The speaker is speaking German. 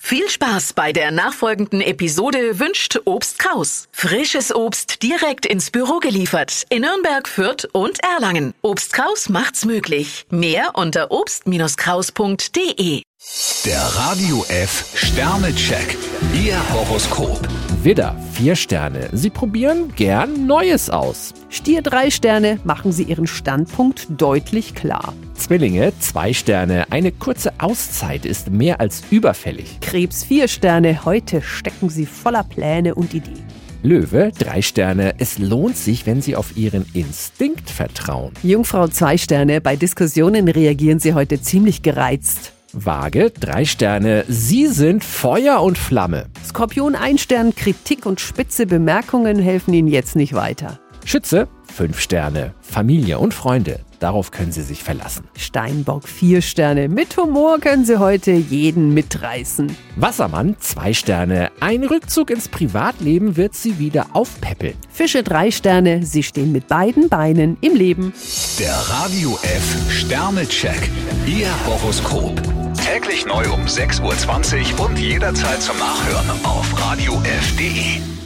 Viel Spaß bei der nachfolgenden Episode wünscht Obst Kraus. Frisches Obst direkt ins Büro geliefert in Nürnberg, Fürth und Erlangen. Obst Kraus macht's möglich. Mehr unter obst-kraus.de. Der Radio F Sternecheck. Ihr Horoskop. Widder, 4 Sterne. Sie probieren gern Neues aus. Stier 3 Sterne, machen Sie Ihren Standpunkt deutlich klar. Zwillinge, 2 Sterne. Eine kurze Auszeit ist mehr als überfällig. Krebs 4 Sterne, heute stecken Sie voller Pläne und Ideen. Löwe, 3 Sterne. Es lohnt sich, wenn Sie auf Ihren Instinkt vertrauen. Jungfrau 2 Sterne, bei Diskussionen reagieren Sie heute ziemlich gereizt. Waage, 3 Sterne. Sie sind Feuer und Flamme. Skorpion 1 Stern, Kritik und spitze Bemerkungen helfen Ihnen jetzt nicht weiter. Schütze, 5 Sterne. Familie und Freunde, darauf können Sie sich verlassen. Steinbock 4 Sterne, mit Humor können Sie heute jeden mitreißen. Wassermann, 2 Sterne. Ein Rückzug ins Privatleben wird Sie wieder aufpäppeln. Fische 3 Sterne, Sie stehen mit beiden Beinen im Leben. Der Radio F Sternecheck. Ihr Horoskop. Täglich neu um 6:20 Uhr und jederzeit zum Nachhören auf radiof.de.